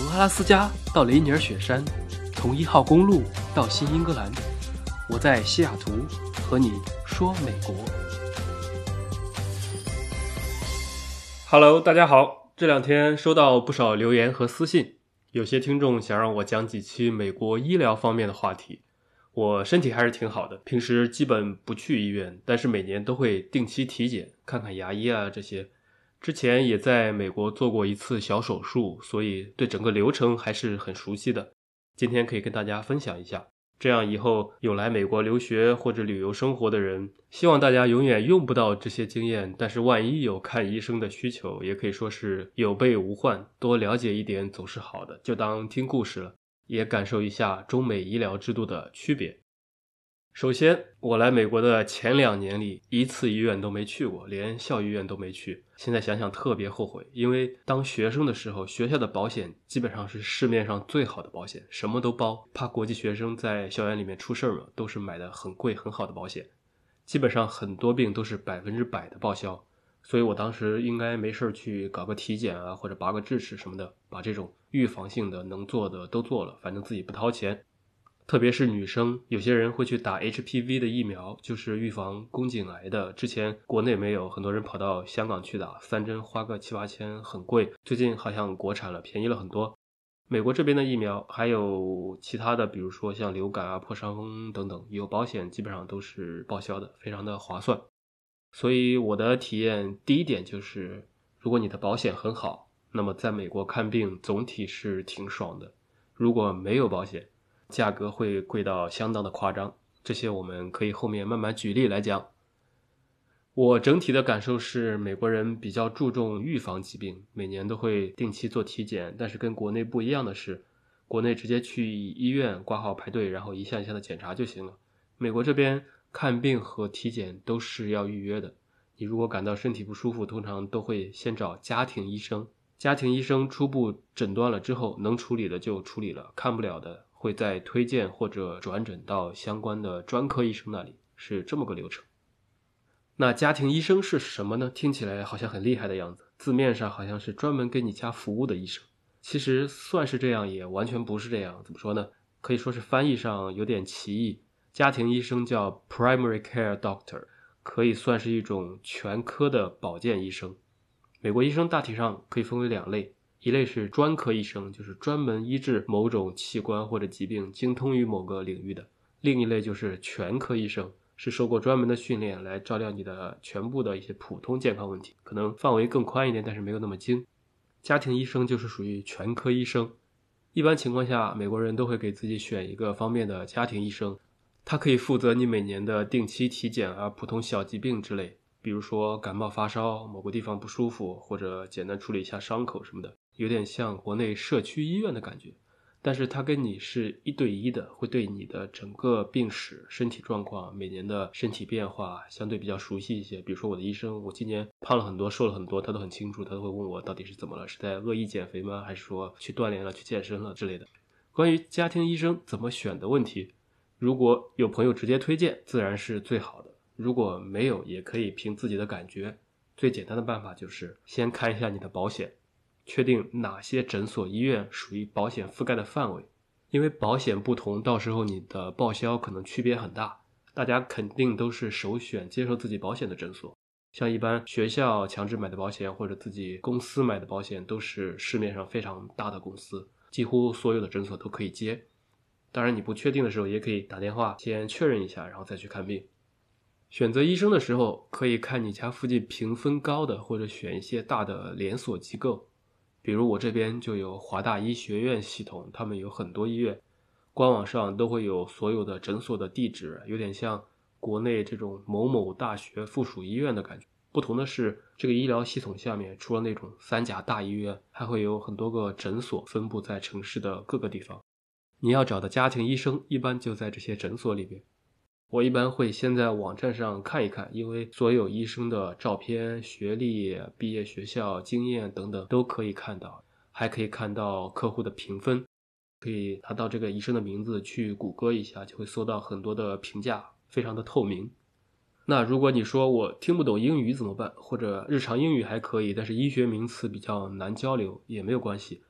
阿拉斯加到雷尼尔雪山，从1号公路到新英格兰，我在西雅图和你说美国。Hello， 大家好，这两天收到不少留言和私信，有些听众想让我讲几期美国医疗方面的话题。我身体还是挺好的，平时基本不去医院，但是每年都会定期体检，看看牙医啊这些。之前也在美国做过一次小手术，所以对整个流程还是很熟悉的。今天可以跟大家分享一下，这样以后有来美国留学或者旅游生活的人，希望大家永远用不到这些经验，但是万一有看医生的需求，也可以说是有备无患，多了解一点总是好的，就当听故事了，也感受一下中美医疗制度的区别。首先，我来美国的前2年里，一次医院都没去过，连校医院都没去。现在想想特别后悔，因为当学生的时候，学校的保险基本上是市面上最好的保险，什么都包，怕国际学生在校园里面出事嘛，都是买的很贵很好的保险，基本上很多病都是100%的报销。所以我当时应该没事去搞个体检啊，或者拔个智齿什么的，把这种预防性的能做的都做了，反正自己不掏钱。特别是女生，有些人会去打 HPV 的疫苗，就是预防宫颈癌的。之前国内没有，很多人跑到香港去打，3针花个7、8千，很贵。最近好像国产了，便宜了很多。美国这边的疫苗还有其他的，比如说像流感啊、破伤风等等，有保险基本上都是报销的，非常的划算。所以我的体验第一点就是，如果你的保险很好，那么在美国看病总体是挺爽的。如果没有保险，价格会贵到相当的夸张，这些我们可以后面慢慢举例来讲。我整体的感受是，美国人比较注重预防疾病，每年都会定期做体检，但是跟国内不一样的是，国内直接去医院挂号排队，然后一项一项的检查就行了。美国这边看病和体检都是要预约的，你如果感到身体不舒服，通常都会先找家庭医生，家庭医生初步诊断了之后，能处理的就处理了，看不了的会再推荐或者转诊到相关的专科医生那里，是这么个流程。那家庭医生是什么呢？听起来好像很厉害的样子，字面上好像是专门给你家服务的医生。其实算是这样，也完全不是这样。怎么说呢？可以说是翻译上有点歧义。家庭医生叫 primary care doctor， 可以算是一种全科的保健医生。美国医生大体上可以分为2类，一类是专科医生，就是专门医治某种器官或者疾病，精通于某个领域的；另一类就是全科医生，是受过专门的训练来照料你的全部的一些普通健康问题，可能范围更宽一点，但是没有那么精。家庭医生就是属于全科医生。一般情况下，美国人都会给自己选一个方面的家庭医生，他可以负责你每年的定期体检啊、普通小疾病之类，比如说感冒发烧，某个地方不舒服，或者简单处理一下伤口什么的，有点像国内社区医院的感觉。但是他跟你是1对1的，会对你的整个病史、身体状况、每年的身体变化相对比较熟悉一些。比如说我的医生，我今年胖了很多，瘦了很多，他都很清楚，他都会问我到底是怎么了，是在恶意减肥吗？还是说去锻炼了、去健身了之类的。关于家庭医生怎么选的问题，如果有朋友直接推荐，自然是最好的。如果没有，也可以凭自己的感觉。最简单的办法就是先看一下你的保险，确定哪些诊所医院属于保险覆盖的范围。因为保险不同，到时候你的报销可能区别很大，大家肯定都是首选接受自己保险的诊所。像一般学校强制买的保险或者自己公司买的保险，都是市面上非常大的公司，几乎所有的诊所都可以接。当然你不确定的时候，也可以打电话先确认一下，然后再去看病。选择医生的时候，可以看你家附近评分高的，或者选一些大的连锁机构。比如我这边就有华大医学院系统，他们有很多医院，官网上都会有所有的诊所的地址，有点像国内这种某某大学附属医院的感觉。不同的是，这个医疗系统下面除了那种3甲大医院，还会有很多个诊所分布在城市的各个地方。你要找的家庭医生一般就在这些诊所里边。我一般会先在网站上看一看，因为所有医生的照片、学历、毕业学校、经验等等都可以看到，还可以看到客户的评分，可以拿到这个医生的名字去谷歌一下，就会搜到很多的评价，非常的透明。那如果你说我听不懂英语怎么办？或者日常英语还可以，但是医学名词比较难交流，也没有关系。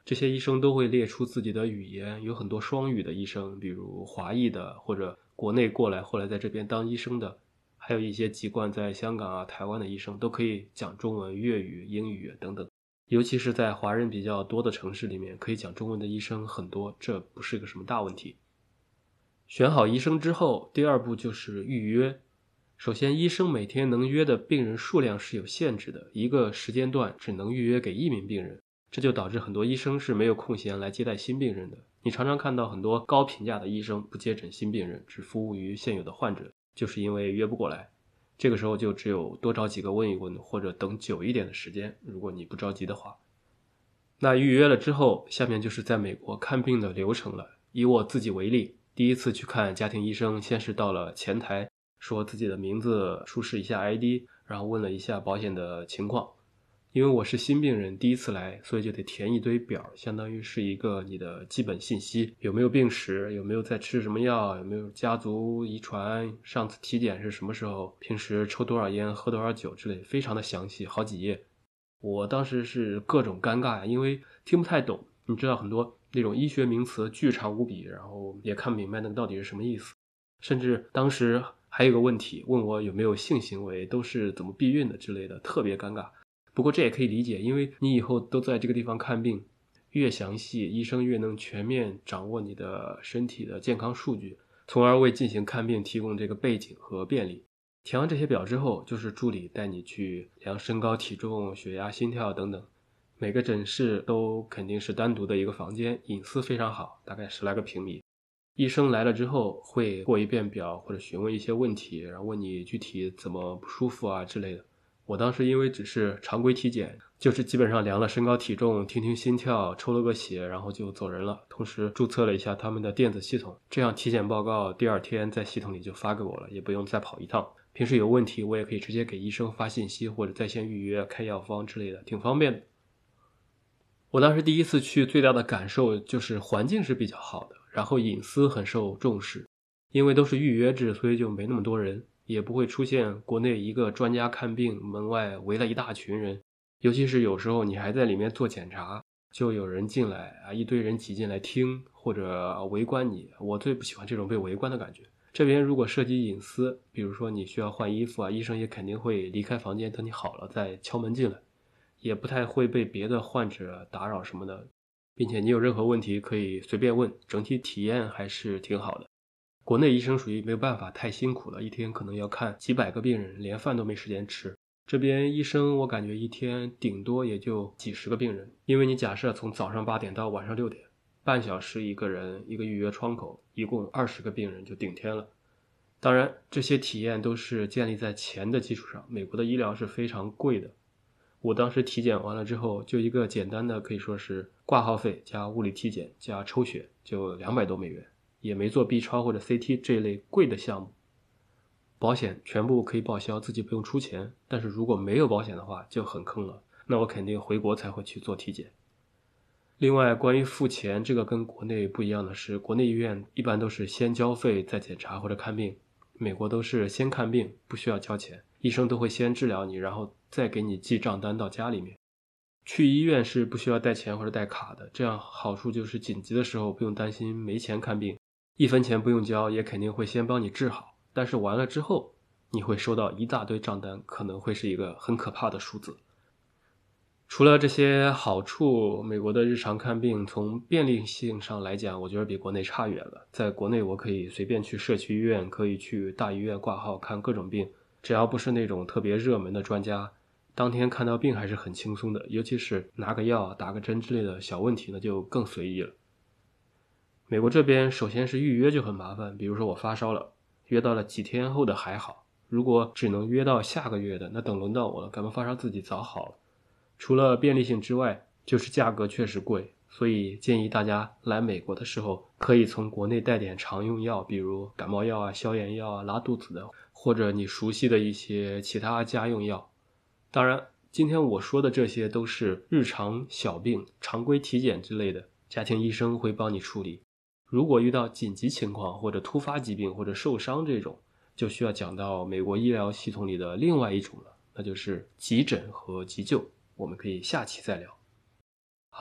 这些医生都会列出自己的语言，有很多双语的医生，比如华裔的或者国内过来后来在这边当医生的，还有一些籍贯在香港啊、台湾的医生都可以讲中文、粤语、英语等等。尤其是在华人比较多的城市里面，可以讲中文的医生很多，这不是个什么大问题。选好医生之后，第二步就是预约。首先，医生每天能约的病人数量是有限制的，一个时间段只能预约给1名病人，这就导致很多医生是没有空闲来接待新病人的。你常常看到很多高评价的医生不接诊新病人，只服务于现有的患者，就是因为约不过来。这个时候就只有多找几个问一问，或者等久一点的时间，如果你不着急的话。那预约了之后，下面就是在美国看病的流程了。以我自己为例，第一次去看家庭医生，先是到了前台，说自己的名字，出示一下 ID， 然后问了一下保险的情况。因为我是新病人，第一次来，所以就得填一堆表，相当于是一个你的基本信息，有没有病史，有没有在吃什么药，有没有家族遗传，上次体检是什么时候，平时抽多少烟，喝多少酒之类，非常的详细，好几页。我当时是各种尴尬，因为听不太懂，你知道很多那种医学名词巨长无比，然后也看不明白那个到底是什么意思。甚至当时还有个问题，问我有没有性行为，都是怎么避孕的之类的，特别尴尬。不过这也可以理解，因为你以后都在这个地方看病，越详细，医生越能全面掌握你的身体的健康数据，从而为进行看病提供这个背景和便利。填完这些表之后，就是助理带你去量身高体重、血压、心跳等等。每个诊室都肯定是单独的一个房间，隐私非常好，大概10来个平米。医生来了之后会过一遍表，或者询问一些问题，然后问你具体怎么不舒服啊之类的。我当时因为只是常规体检，就是基本上量了身高体重，听听心跳，抽了个血，然后就走人了。同时注册了一下他们的电子系统，这样体检报告第2天在系统里就发给我了，也不用再跑一趟。平时有问题我也可以直接给医生发信息，或者在线预约开药方之类的，挺方便的。我当时第一次去，最大的感受就是环境是比较好的，然后隐私很受重视，因为都是预约制，所以就没那么多人，也不会出现国内一个专家看病，门外围了一大群人。尤其是有时候你还在里面做检查，就有人进来啊，一堆人挤进来听或者围观你，我最不喜欢这种被围观的感觉。这边如果涉及隐私，比如说你需要换衣服啊，医生也肯定会离开房间，等你好了再敲门进来，也不太会被别的患者打扰什么的，并且你有任何问题可以随便问，整体体验还是挺好的。国内医生属于没有办法，太辛苦了，一天可能要看几百个病人，连饭都没时间吃。这边医生我感觉一天顶多也就几十个病人，因为你假设从早上8点到晚上6点，半小时一个人，一个预约窗口，一共20个病人就顶天了。当然这些体验都是建立在钱的基础上，美国的医疗是非常贵的。我当时体检完了之后，就一个简单的可以说是挂号费加物理体检加抽血就200多美元，也没做 B 超或者 CT 这类贵的项目。保险全部可以报销，自己不用出钱，但是如果没有保险的话就很坑了，那我肯定回国才会去做体检。另外关于付钱，这个跟国内不一样的是，国内医院一般都是先交费再检查或者看病，美国都是先看病不需要交钱，医生都会先治疗你，然后再给你寄账单到家里面。去医院是不需要带钱或者带卡的，这样好处就是紧急的时候不用担心没钱看病，1分钱不用交，也肯定会先帮你治好。但是完了之后你会收到一大堆账单，可能会是一个很可怕的数字。除了这些好处，美国的日常看病从便利性上来讲，我觉得比国内差远了。在国内我可以随便去社区医院，可以去大医院挂号看各种病，只要不是那种特别热门的专家，当天看到病还是很轻松的，尤其是拿个药打个针之类的小问题呢就更随意了。美国这边首先是预约就很麻烦，比如说我发烧了，约到了几天后的还好，如果只能约到下个月的，那等轮到我了，感冒发烧自己早好了。除了便利性之外，就是价格确实贵，所以建议大家来美国的时候可以从国内带点常用药，比如感冒药啊、消炎药啊、拉肚子的，或者你熟悉的一些其他家用药。当然今天我说的这些都是日常小病，常规体检之类的，家庭医生会帮你处理。如果遇到紧急情况或者突发疾病或者受伤这种，就需要讲到美国医疗系统里的另外一种了，那就是急诊和急救，我们可以下期再聊。好了，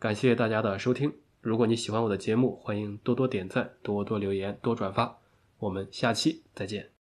感谢大家的收听。如果你喜欢我的节目，欢迎多多点赞、多多留言、多转发。我们下期再见。